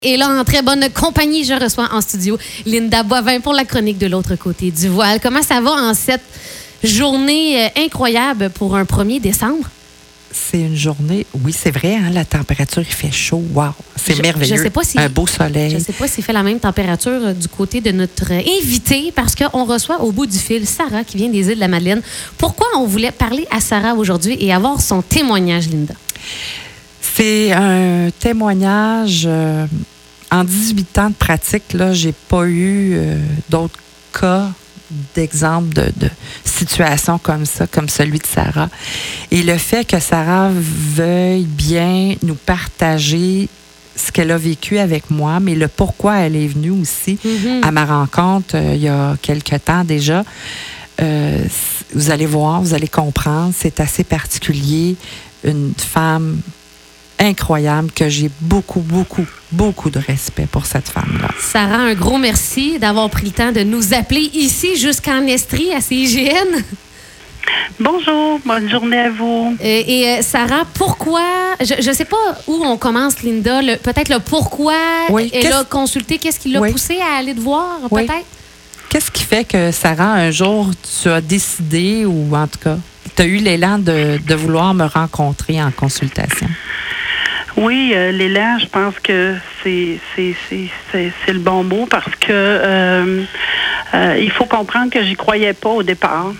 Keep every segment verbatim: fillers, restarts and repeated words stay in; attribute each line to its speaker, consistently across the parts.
Speaker 1: Et là, en très bonne compagnie, je reçois en studio Linda Boivin pour la chronique de l'autre côté du voile. Comment ça va en cette journée incroyable pour un premier décembre?
Speaker 2: C'est une journée, oui, c'est vrai, hein, la température, il fait chaud. Wow, c'est
Speaker 1: je,
Speaker 2: merveilleux.
Speaker 1: Je sais pas si,
Speaker 2: un beau soleil.
Speaker 1: Je ne sais pas s'il fait la même température du côté de notre invité, parce qu'on reçoit au bout du fil Sarah qui vient des îles de la Madeleine. Pourquoi on voulait parler à Sarah aujourd'hui et avoir son témoignage, Linda?
Speaker 2: C'est un témoignage... Euh, en dix-huit ans de pratique, là, j'ai pas eu euh, d'autres cas d'exemples de, de situations comme ça, comme celui de Sarah. Et le fait que Sarah veuille bien nous partager ce qu'elle a vécu avec moi, mais le pourquoi elle est venue aussi mm-hmm. à ma rencontre euh, il y a quelque temps déjà, euh, vous allez voir, vous allez comprendre, c'est assez particulier. Une femme incroyable, que j'ai beaucoup, beaucoup, beaucoup de respect pour cette femme-là.
Speaker 1: Sarah, un gros merci d'avoir pris le temps de nous appeler ici jusqu'en Estrie, à C I G N.
Speaker 3: Bonjour, bonne journée à vous.
Speaker 1: Et, et euh, Sarah, pourquoi, je ne sais pas où on commence, Linda, le, peut-être le pourquoi
Speaker 2: oui,
Speaker 1: elle a consulté, qu'est-ce qui l'a
Speaker 2: oui.
Speaker 1: poussé à aller te voir,
Speaker 2: oui.
Speaker 1: peut-être?
Speaker 2: Qu'est-ce qui fait que, Sarah, un jour, tu as décidé, ou en tout cas, tu as eu l'élan de, de vouloir me rencontrer en consultation?
Speaker 3: Oui, euh, l'élan, je pense que c'est, c'est, c'est, c'est, c'est le bon mot parce que euh, euh, il faut comprendre que j'y croyais pas au départ.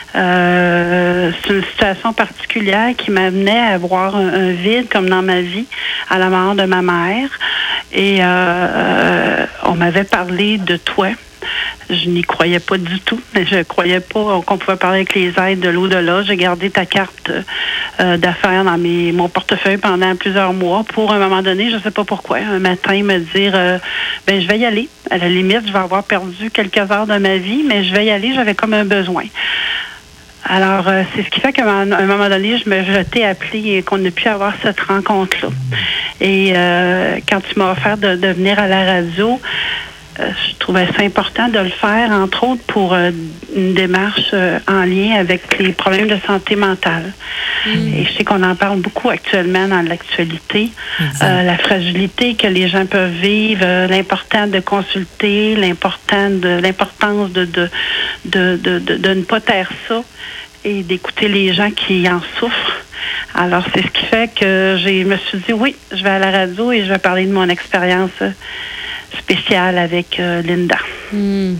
Speaker 3: Euh, c'est une situation particulière qui m'amenait à avoir un, un vide comme dans ma vie à la mort de ma mère. Et euh, euh, on m'avait parlé de toi. Je n'y croyais pas du tout. Je ne croyais pas qu'on pouvait parler avec les aides de l'au-delà. J'ai gardé ta carte euh, d'affaires dans mes, mon portefeuille pendant plusieurs mois pour, à un moment donné, je ne sais pas pourquoi, un matin, me dire euh, ben je vais y aller. À la limite, je vais avoir perdu quelques heures de ma vie, mais je vais y aller. J'avais comme un besoin. Alors, euh, c'est ce qui fait qu'à un moment donné, je me je t'ai appelé et qu'on a pu avoir cette rencontre-là. Et euh, quand tu m'as offert de, de venir à la radio, Euh, je trouvais ça important de le faire, entre autres pour euh, une démarche euh, en lien avec les problèmes de santé mentale. Mmh. Et je sais qu'on en parle beaucoup actuellement dans l'actualité. Euh, la fragilité que les gens peuvent vivre, euh, l'important de consulter, l'important de, l'importance de, de, de, de, de, de ne pas taire ça et d'écouter les gens qui en souffrent. Alors, c'est ce qui fait que je me suis dit, oui, je vais à la radio et je vais parler de mon expérience euh, spéciale avec euh, Linda.
Speaker 1: Mmh.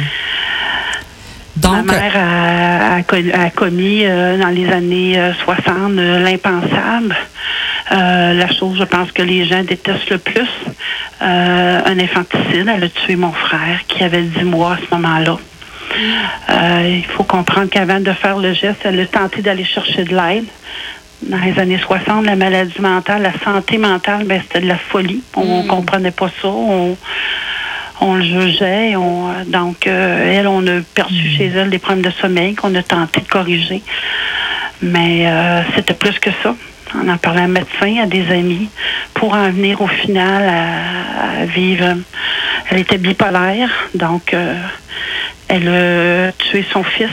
Speaker 3: Donc, ma mère a, a, a commis euh, dans les années euh, soixante euh, l'impensable. Euh, la chose, je pense, que les gens détestent le plus. Euh, un infanticide. Elle a tué mon frère qui avait dix mois à ce moment-là. Mmh. Euh, il faut comprendre qu'avant de faire le geste, elle a tenté d'aller chercher de l'aide. Dans les années soixante, la maladie mentale, la santé mentale, ben, c'était de la folie. On ne mmh. comprenait pas ça. On, on le jugeait. On, donc, euh, elle, on a perçu mmh. chez elle des problèmes de sommeil qu'on a tenté de corriger. Mais euh, c'était plus que ça. On en parlait à un médecin, à des amis, pour en venir au final à, à vivre. Elle était bipolaire, donc euh, elle a tué son fils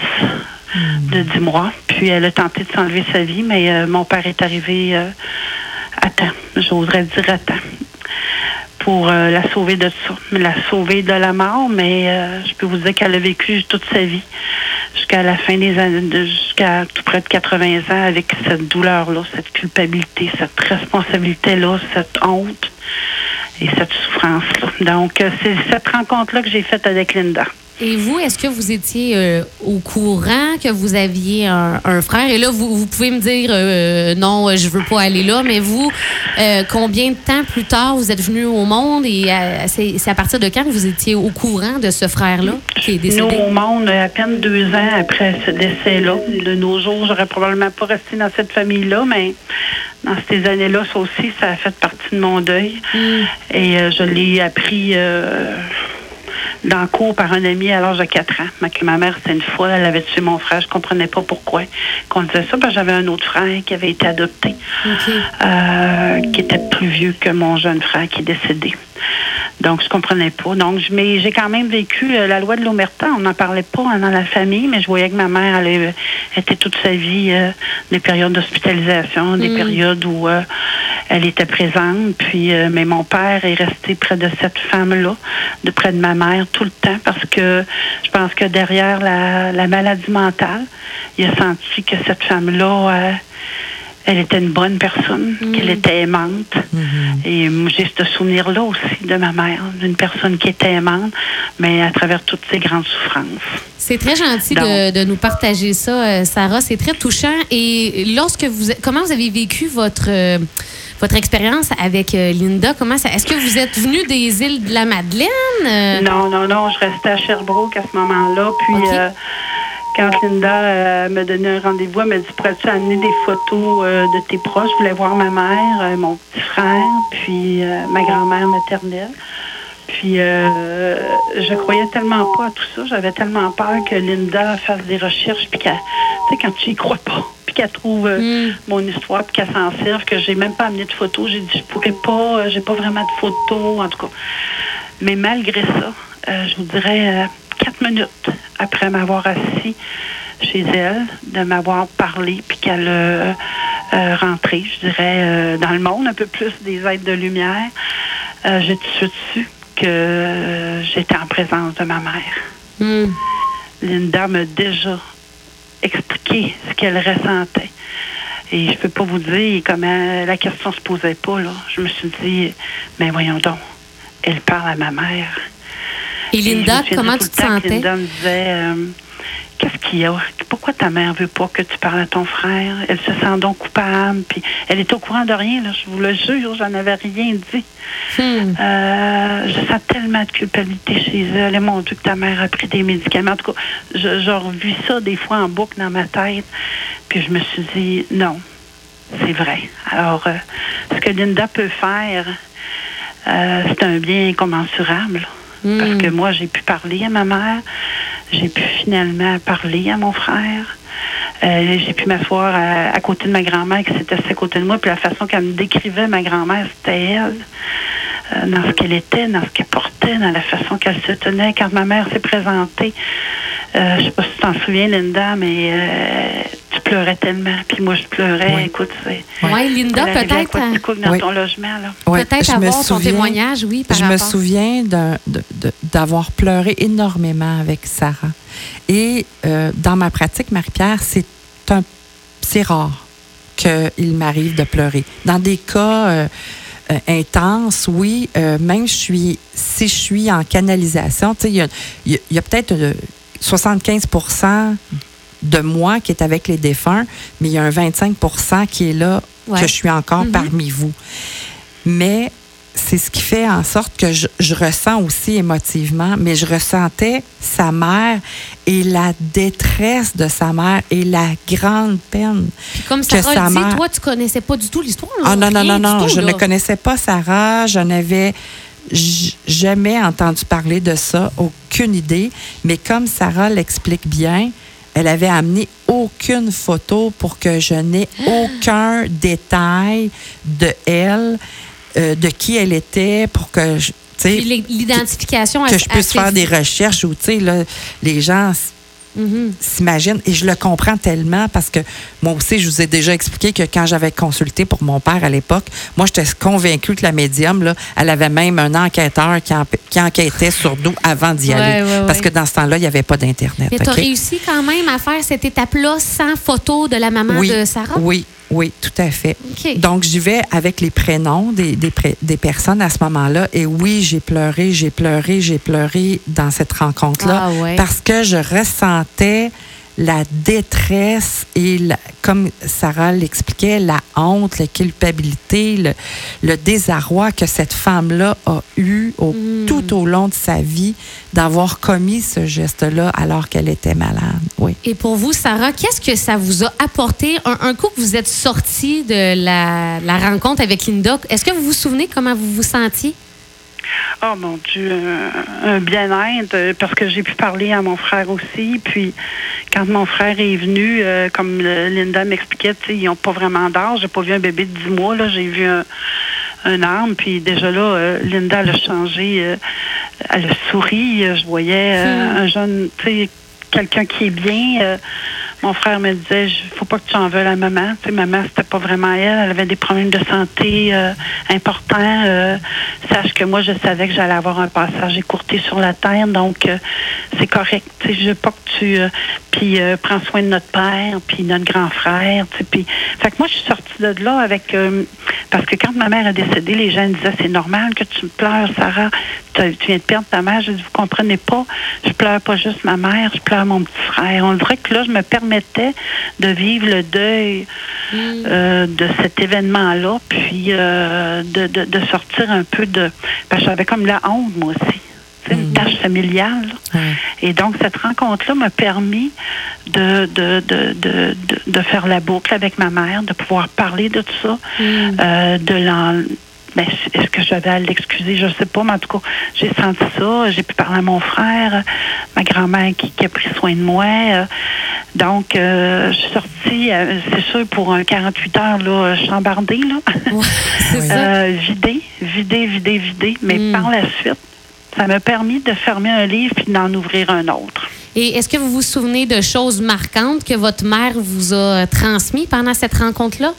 Speaker 3: de dix mois. Puis elle a tenté de s'enlever sa vie, mais euh, mon père est arrivé euh, à temps, j'oserais dire à temps, pour euh, la sauver de ça, la sauver de la mort, mais euh, je peux vous dire qu'elle a vécu toute sa vie, jusqu'à la fin des années, de, jusqu'à tout près de quatre-vingts ans, avec cette douleur-là, cette culpabilité, cette responsabilité-là, cette honte et cette souffrance-là. Donc, euh, c'est cette rencontre-là que j'ai faite avec Linda.
Speaker 1: Et vous, est-ce que vous étiez euh, au courant que vous aviez un, un frère? Et là, vous, vous pouvez me dire euh, non, je veux pas aller là, mais vous, euh, combien de temps plus tard vous êtes venu au monde et euh, c'est, c'est à partir de quand que vous étiez au courant de ce frère-là qui est décédé?
Speaker 3: Nous, au monde, à peine deux ans après ce décès-là. De nos jours, j'aurais probablement pas resté dans cette famille-là, mais dans ces années-là, ça aussi, ça a fait partie de mon deuil. Mm. Et euh, je l'ai appris... Euh, dans le cours par un ami à l'âge de quatre ans. Ma, ma mère, c'était une fois, elle avait tué mon frère. Je ne comprenais pas pourquoi qu'on disait ça. Parce que j'avais un autre frère qui avait été adopté, okay. euh, qui était plus vieux que mon jeune frère qui est décédé. Donc, je comprenais pas. Donc, mais j'ai quand même vécu euh, la loi de l'omerta. On n'en parlait pas hein, dans la famille, mais je voyais que ma mère, elle, elle était toute sa vie euh, des périodes d'hospitalisation, des mm. périodes où euh, elle était présente. Puis, euh, mais mon père est resté près de cette femme-là, de près de ma mère tout le temps, parce que je pense que derrière la, la maladie mentale, il a senti que cette femme-là, euh, elle était une bonne personne, mmh. qu'elle était aimante. Mmh. Et moi, j'ai ce souvenir-là aussi de ma mère, d'une personne qui était aimante, mais à travers toutes ses grandes souffrances.
Speaker 1: C'est très gentil Donc, de, de nous partager ça, Sarah. C'est très touchant. Et lorsque vous, comment vous avez vécu votre euh, votre expérience avec euh, Linda? Comment ça, est-ce que vous êtes venu des îles de la Madeleine? Euh...
Speaker 3: Non, non, non. Je restais à Sherbrooke à ce moment-là. Puis. Okay. Euh, Quand Linda euh, me donnait un rendez-vous, elle m'a dit « Pourrais-tu amener des photos euh, de tes proches? » Je voulais voir ma mère, euh, mon petit frère, puis euh, ma grand-mère maternelle. Puis euh, je croyais tellement pas à tout ça. J'avais tellement peur que Linda fasse des recherches, puis qu'elle, tu sais, quand tu y crois pas, puis qu'elle trouve euh, mm. mon histoire, puis qu'elle s'en serve, que j'ai même pas amené de photos. J'ai dit « Je pourrais pas, euh, j'ai pas vraiment de photos, en tout cas. » Mais malgré ça, euh, je vous dirais... Euh, quatre minutes après m'avoir assis chez elle, de m'avoir parlé, puis qu'elle a euh, rentré, je dirais, euh, dans le monde, un peu plus des êtres de lumière, euh, j'ai tout de suite su que euh, j'étais en présence de ma mère. Mm. Linda m'a déjà expliqué ce qu'elle ressentait. Et je peux pas vous dire comment la question se posait pas, là. Je me suis dit, mais voyons donc, elle parle à ma mère.
Speaker 1: Et Linda, et comment tu te sentais?
Speaker 3: Linda me disait, euh, qu'est-ce qu'il y a? Pourquoi ta mère veut pas que tu parles à ton frère? Elle se sent donc coupable. Puis elle est au courant de rien, là, je vous le jure, j'en avais rien dit. Hmm. Euh, je sens tellement de culpabilité chez elle. Et mon Dieu, que ta mère a pris des médicaments. En tout cas, je, j'ai revu ça des fois en boucle dans ma tête. Puis je me suis dit, non, c'est vrai. Alors, euh, ce que Linda peut faire, euh, c'est un bien incommensurable. Mmh. Parce que moi, j'ai pu parler à ma mère, j'ai pu finalement parler à mon frère, euh, j'ai pu m'asseoir à, à côté de ma grand-mère qui s'était assise à côté de moi, puis la façon qu'elle me décrivait ma grand-mère, c'était elle, euh, dans ce qu'elle était, dans ce qu'elle portait, dans la façon qu'elle se tenait. Quand ma mère s'est présentée, euh, je sais pas si tu t'en souviens, Linda, mais euh, tu pleurais tellement, puis moi je pleurais, oui. Écoute, c'est...
Speaker 1: Oui, Linda, peut-être...
Speaker 3: dans oui. ton logement, là.
Speaker 2: Oui,
Speaker 1: peut-être
Speaker 2: je
Speaker 1: avoir
Speaker 2: me
Speaker 1: ton
Speaker 2: souviens,
Speaker 1: témoignage, oui, par
Speaker 2: Je
Speaker 1: rapport.
Speaker 2: me souviens de, de, de, d'avoir pleuré énormément avec Sarah. Et euh, dans ma pratique, Marie-Pierre, c'est, un, c'est rare qu'il m'arrive de pleurer. Dans des cas... Euh, Euh, intense, oui. Euh, même je suis, si je suis en canalisation, tu sais, il y a, y a, y a peut-être euh, soixante-quinze pour cent de moi qui est avec les défunts, mais il y a un vingt-cinq pour cent qui est là, ouais. que je suis encore mm-hmm. parmi vous. Mais c'est ce qui fait en sorte que je, je ressens aussi émotivement, mais je ressentais sa mère et la détresse de sa mère et la grande peine.
Speaker 1: Puis comme Sarah que sa dit, mère... toi, tu connaissais pas du tout l'histoire. Là,
Speaker 2: ah non, non, non, non,
Speaker 1: tout,
Speaker 2: je
Speaker 1: là.
Speaker 2: ne connaissais pas Sarah, je n'avais j- jamais entendu parler de ça, aucune idée, mais comme Sarah l'explique bien, elle avait amené aucune photo pour que je n'ai aucun détail de elle. Euh, de qui elle était pour que je,
Speaker 1: Puis l'identification
Speaker 2: que, que je puisse faire des recherches où tu sais là, les gens mm-hmm. s'imaginent et je le comprends tellement parce que moi aussi je vous ai déjà expliqué que quand j'avais consulté pour mon père à l'époque, moi j'étais convaincue que la médium là, elle avait même un enquêteur qui, en, qui enquêtait sur nous avant d'y aller ouais, ouais, parce ouais. que dans ce temps-là il n'y avait pas d'internet.
Speaker 1: Mais tu as
Speaker 2: okay?
Speaker 1: réussi quand même à faire cette étape-là sans photo de la maman
Speaker 2: oui,
Speaker 1: de Sarah?
Speaker 2: Oui. Oui, tout à fait.
Speaker 1: Okay.
Speaker 2: Donc, j'y vais avec les prénoms des, des, pré, des personnes à ce moment-là. Et oui, j'ai pleuré, j'ai pleuré, j'ai pleuré dans cette rencontre-là.
Speaker 1: Ah, ouais.
Speaker 2: Parce que je ressentais la détresse et, la, comme Sarah l'expliquait, la honte, la culpabilité, le, le désarroi que cette femme-là a eu au, mm. tout au long de sa vie d'avoir commis ce geste-là alors qu'elle était malade. Oui.
Speaker 1: Et pour vous, Sarah, qu'est-ce que ça vous a apporté? Un, un coup que vous êtes sortie de la, la rencontre avec Linda, est-ce que vous vous souvenez comment vous vous sentiez?
Speaker 3: Oh mon Dieu, un, un bien-être, parce que j'ai pu parler à mon frère aussi. Puis quand mon frère est venu, euh, comme le, Linda m'expliquait, ils n'ont pas vraiment d'âge. J'ai pas vu un bébé de dix mois, là, j'ai vu un, un arme. Puis déjà là, euh, Linda, elle a changé, euh, elle a souri. Je voyais euh, mmh. un jeune, tu sais, quelqu'un qui est bien. Euh, mon frère me disait, il faut pas que tu en veuilles à maman. Tu sais, maman, c'était pas vraiment elle. Elle avait des problèmes de santé euh, importants. Euh, sache que moi, je savais que j'allais avoir un passage écourté sur la terre, donc euh, c'est correct. Tu sais, je veux pas que tu... Euh, puis euh, prends soin de notre père, puis notre grand frère. Tu sais, puis... Fait que moi, je suis sortie de là avec... Euh, parce que quand ma mère est décédée, les gens disaient, c'est normal que tu pleures, Sarah. Tu viens de perdre ta mère. Je dis, vous comprenez pas. Je pleure pas juste ma mère, je pleure mon petit frère. On dirait que là, je me permettais de vivre le deuil mm. euh, de cet événement-là, puis euh, de, de, de sortir un peu de... Parce que j'avais comme la honte, moi aussi. C'est une tâche familiale. Mm. Et donc, cette rencontre-là m'a permis de, de, de, de, de, de faire la boucle avec ma mère, de pouvoir parler de tout ça, mm. euh, de l'en... Ben, est-ce que j'avais à l'excuser? Je ne sais pas, mais en tout cas, j'ai senti ça. J'ai pu parler à mon frère, ma grand-mère qui, qui a pris soin de moi. Donc, euh, je suis sortie, euh, c'est sûr, pour un quarante-huit heures, là, chambardée, là.
Speaker 1: Ouais, c'est ça.
Speaker 3: Euh, vidée, vidée, vidée, vidée. Mais mm. par la suite, ça m'a permis de fermer un livre puis d'en ouvrir un autre.
Speaker 1: Et est-ce que vous vous souvenez de choses marquantes que votre mère vous a transmises pendant cette rencontre-là?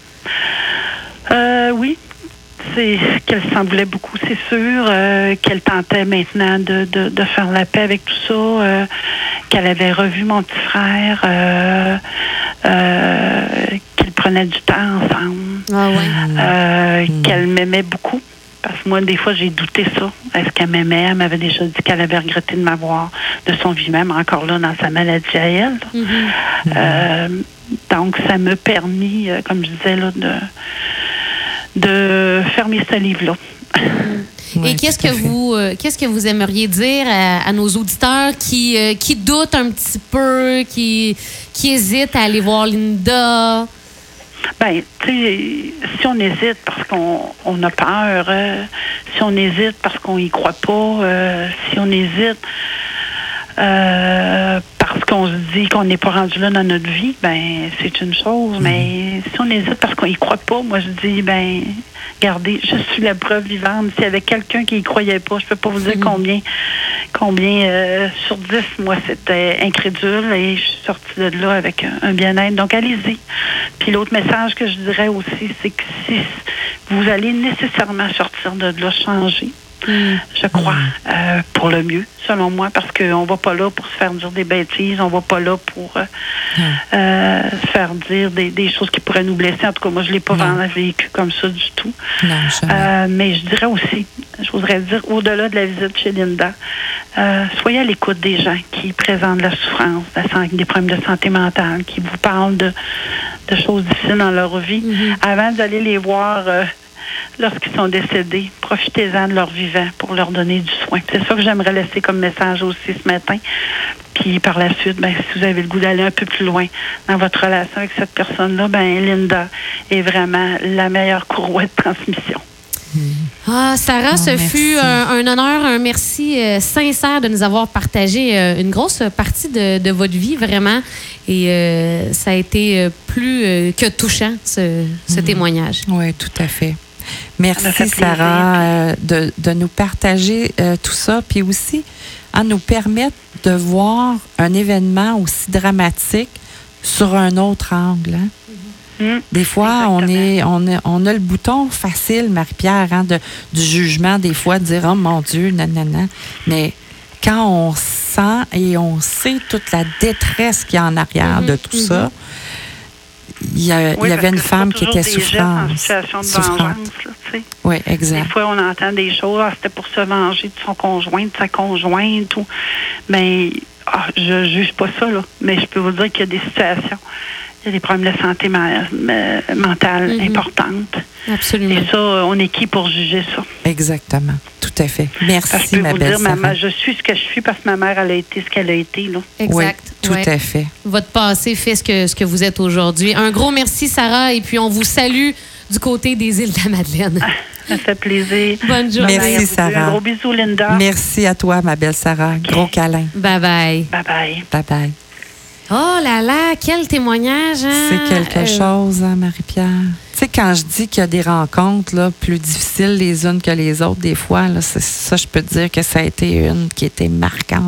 Speaker 3: Euh, oui. C'est qu'elle s'en voulait beaucoup, c'est sûr, euh, qu'elle tentait maintenant de, de, de faire la paix avec tout ça, euh, qu'elle avait revu mon petit frère, euh, euh, qu'ils prenaient du temps ensemble,
Speaker 1: ah ouais.
Speaker 3: euh, mmh. qu'elle m'aimait beaucoup. Parce que moi, des fois, j'ai douté ça. Est-ce qu'elle m'aimait? Elle m'avait déjà dit qu'elle avait regretté de m'avoir de son vivant, mais encore là, dans sa maladie à elle. Mmh. Euh, donc, ça m'a permis, comme je disais, là, de... de fermer ce livre-là.
Speaker 1: Et ouais, qu'est-ce que vous euh, qu'est-ce que vous aimeriez dire à, à nos auditeurs qui, euh, qui doutent un petit peu, qui, qui hésitent à aller voir Linda?
Speaker 3: Bien, tu sais, si on hésite parce qu'on on a peur, euh, si on hésite parce qu'on y croit pas, euh, si on hésite euh, parce qu'on se dit qu'on n'est pas rendu là dans notre vie, ben c'est une chose. Mm-hmm. Mais si on hésite parce qu'on y croit pas, moi je dis, ben regardez, je suis la preuve vivante. S'il y avait quelqu'un qui y croyait pas, je peux pas vous dire mm-hmm. combien, combien euh, sur dix, moi c'était incrédule et je suis sortie de là avec un, un bien-être. Donc allez-y. Puis l'autre message que je dirais aussi, c'est que si vous allez nécessairement sortir de là, changer. Mm. Je crois, mm. euh, pour le mieux, selon moi, parce qu'on ne va pas là pour se faire dire des bêtises, on ne va pas là pour euh, mm. euh, se faire dire des, des choses qui pourraient nous blesser. En tout cas, moi, je ne l'ai pas vraiment vécu comme ça du tout.
Speaker 2: Non,
Speaker 3: euh, mais je dirais aussi, je voudrais dire, au-delà de la visite chez Linda, euh, soyez à l'écoute des gens qui présentent la souffrance, la santé, des problèmes de santé mentale, qui vous parlent de, de choses difficiles dans leur vie, mm-hmm. avant d'aller les voir... Euh, lorsqu'ils sont décédés, profitez-en de leur vivant pour leur donner du soin. C'est ça que j'aimerais laisser comme message aussi ce matin. Puis par la suite, ben, si vous avez le goût d'aller un peu plus loin dans votre relation avec cette personne-là, ben Linda est vraiment la meilleure courroie de transmission.
Speaker 1: Ah, Sarah, oh, ce merci. fut un, un honneur, un merci euh, sincère de nous avoir partagé euh, une grosse partie de, de votre vie, vraiment. Et euh, ça a été euh, plus euh, que touchant, ce, ce mmh. témoignage.
Speaker 2: Oui, tout à fait. Merci, Sarah, euh, de, de nous partager euh, tout ça, puis aussi à nous permettre de voir un événement aussi dramatique sur un autre angle. Hein? Mm-hmm. Des fois, on, est, on, est, on a le bouton facile, Marie-Pierre, hein, de, du jugement, des fois, de dire « Oh mon Dieu, nanana ». Mais quand on sent et on sait toute la détresse qu'il y a en arrière mm-hmm. de tout mm-hmm. ça, il y, a,
Speaker 3: oui,
Speaker 2: il y avait une femme qui était
Speaker 3: souffrante. En situation de
Speaker 2: souffrante.
Speaker 3: vengeance, là, tu sais.
Speaker 2: Oui, exact.
Speaker 3: Des fois, on entend des choses, ah, c'était pour se venger de son conjoint, de sa conjointe, ou... Mais ah, je juge pas ça, là. Mais je peux vous dire qu'il y a des situations, il y a des problèmes de santé ma- ma- mentale mm-hmm. importantes.
Speaker 1: Absolument.
Speaker 3: Et ça, on est qui pour juger ça?
Speaker 2: Exactement. Tout à fait. Merci,
Speaker 3: je peux
Speaker 2: ma
Speaker 3: vous
Speaker 2: belle
Speaker 3: dire, ma, je suis ce que je suis parce que ma mère, elle a été ce qu'elle a été, là.
Speaker 1: Exact.
Speaker 2: Oui, tout
Speaker 1: ouais.
Speaker 2: à fait.
Speaker 1: Votre passé fait ce que, ce que vous êtes aujourd'hui. Un gros merci, Sarah, et puis on vous salue du côté des îles de la Madeleine.
Speaker 3: Ça fait plaisir.
Speaker 1: Bonne journée.
Speaker 2: Merci, Sarah.
Speaker 3: Un gros bisou, Linda.
Speaker 2: Merci à toi, ma belle Sarah. Okay. Gros câlin.
Speaker 1: Bye-bye.
Speaker 3: Bye-bye.
Speaker 2: Bye-bye.
Speaker 1: Oh là là, quel témoignage, hein?
Speaker 2: C'est quelque euh... chose, hein, Marie-Pierre? Tu sais, quand je dis qu'il y a des rencontres là, plus difficiles les unes que les autres, des fois, là, c'est ça, je peux te dire que ça a été une qui était marquante.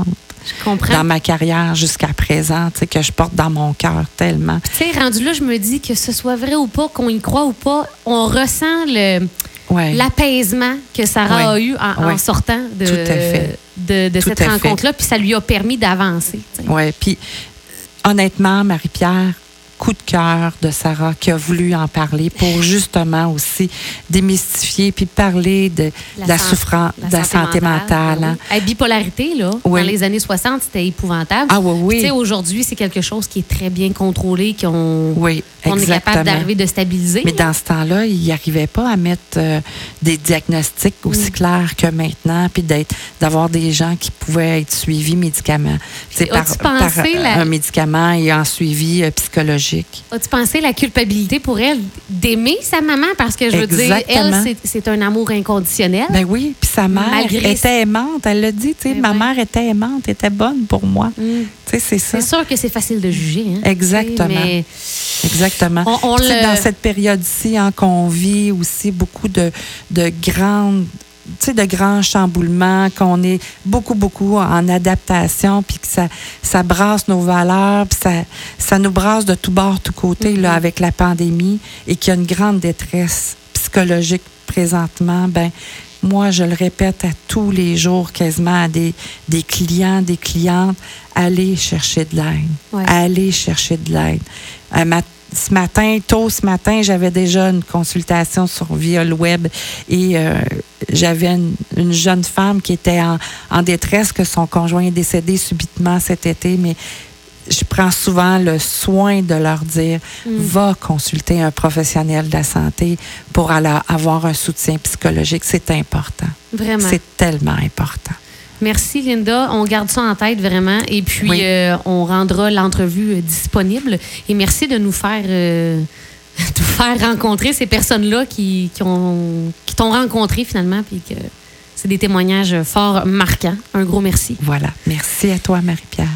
Speaker 1: Je comprends.
Speaker 2: dans ma carrière jusqu'à présent, tu sais, que je porte dans mon cœur tellement.
Speaker 1: Tu sais, rendu là, je me dis que ce soit vrai ou pas, qu'on y croit ou pas, on ressent le,
Speaker 2: ouais.
Speaker 1: l'apaisement que Sarah
Speaker 2: ouais.
Speaker 1: a eu en,
Speaker 2: ouais.
Speaker 1: en sortant de,
Speaker 2: Tout à fait.
Speaker 1: de, de
Speaker 2: Tout
Speaker 1: cette
Speaker 2: à
Speaker 1: rencontre-là, puis ça lui a permis d'avancer.
Speaker 2: Oui, puis honnêtement, Marie-Pierre, coup de cœur de Sarah qui a voulu en parler pour justement aussi démystifier puis parler de la, de la souffrance, de la santé mentale.
Speaker 1: mentale hein. La bipolarité, là, oui. dans les années soixante, c'était épouvantable.
Speaker 2: Ah oui, oui.
Speaker 1: Tu sais, aujourd'hui, c'est quelque chose qui est très bien contrôlé, qu'on
Speaker 2: oui,
Speaker 1: on est capable d'arriver de stabiliser.
Speaker 2: Mais dans ce temps-là, il n'arrivait pas à mettre euh, des diagnostics aussi mm. clairs que maintenant, puis d'être, d'avoir des gens qui pouvaient être suivis médicaments. Par, par la... un médicament et en suivi euh, psychologique.
Speaker 1: As-tu pensé la culpabilité pour elle d'aimer sa maman? Parce que je veux
Speaker 2: Exactement.
Speaker 1: dire, elle, c'est, c'est un amour inconditionnel.
Speaker 2: Ben oui, puis sa mère
Speaker 1: Malgré...
Speaker 2: était aimante. Elle l'a dit, tu sais, ma oui. mère était aimante, était bonne pour moi. Mm. Tu sais, c'est ça.
Speaker 1: C'est sûr que c'est facile de juger. Hein?
Speaker 2: Exactement. Mais... Exactement.
Speaker 1: On, on le...
Speaker 2: Dans cette période-ci, hein, qu'on vit aussi beaucoup de, de grandes... tu sais, de grands chamboulements, qu'on est beaucoup, beaucoup en adaptation, puis que ça, ça brasse nos valeurs, puis ça, ça nous brasse de tous bords, tous côtés, mm-hmm. là, avec la pandémie, et qu'il y a une grande détresse psychologique présentement, ben moi, je le répète à tous les jours, quasiment à des, des clients, des clientes, allez chercher de l'aide.
Speaker 1: Ouais.
Speaker 2: Allez chercher de l'aide. À ma Ce matin, tôt ce matin, j'avais déjà une consultation sur via le web et euh, j'avais une, une jeune femme qui était en, en détresse, que son conjoint est décédé subitement cet été, mais je prends souvent le soin de leur dire mm. va consulter un professionnel de la santé pour aller avoir un soutien psychologique. C'est important.
Speaker 1: Vraiment.
Speaker 2: C'est tellement important.
Speaker 1: Merci, Linda. On garde ça en tête, vraiment. Et puis,
Speaker 2: oui.
Speaker 1: euh, on rendra l'entrevue euh, disponible. Et merci de nous faire, euh, de nous faire rencontrer ces personnes-là qui, qui, ont, qui t'ont rencontré, finalement, puis que c'est des témoignages fort marquants. Un gros merci.
Speaker 2: Voilà. Merci à toi, Marie-Pierre.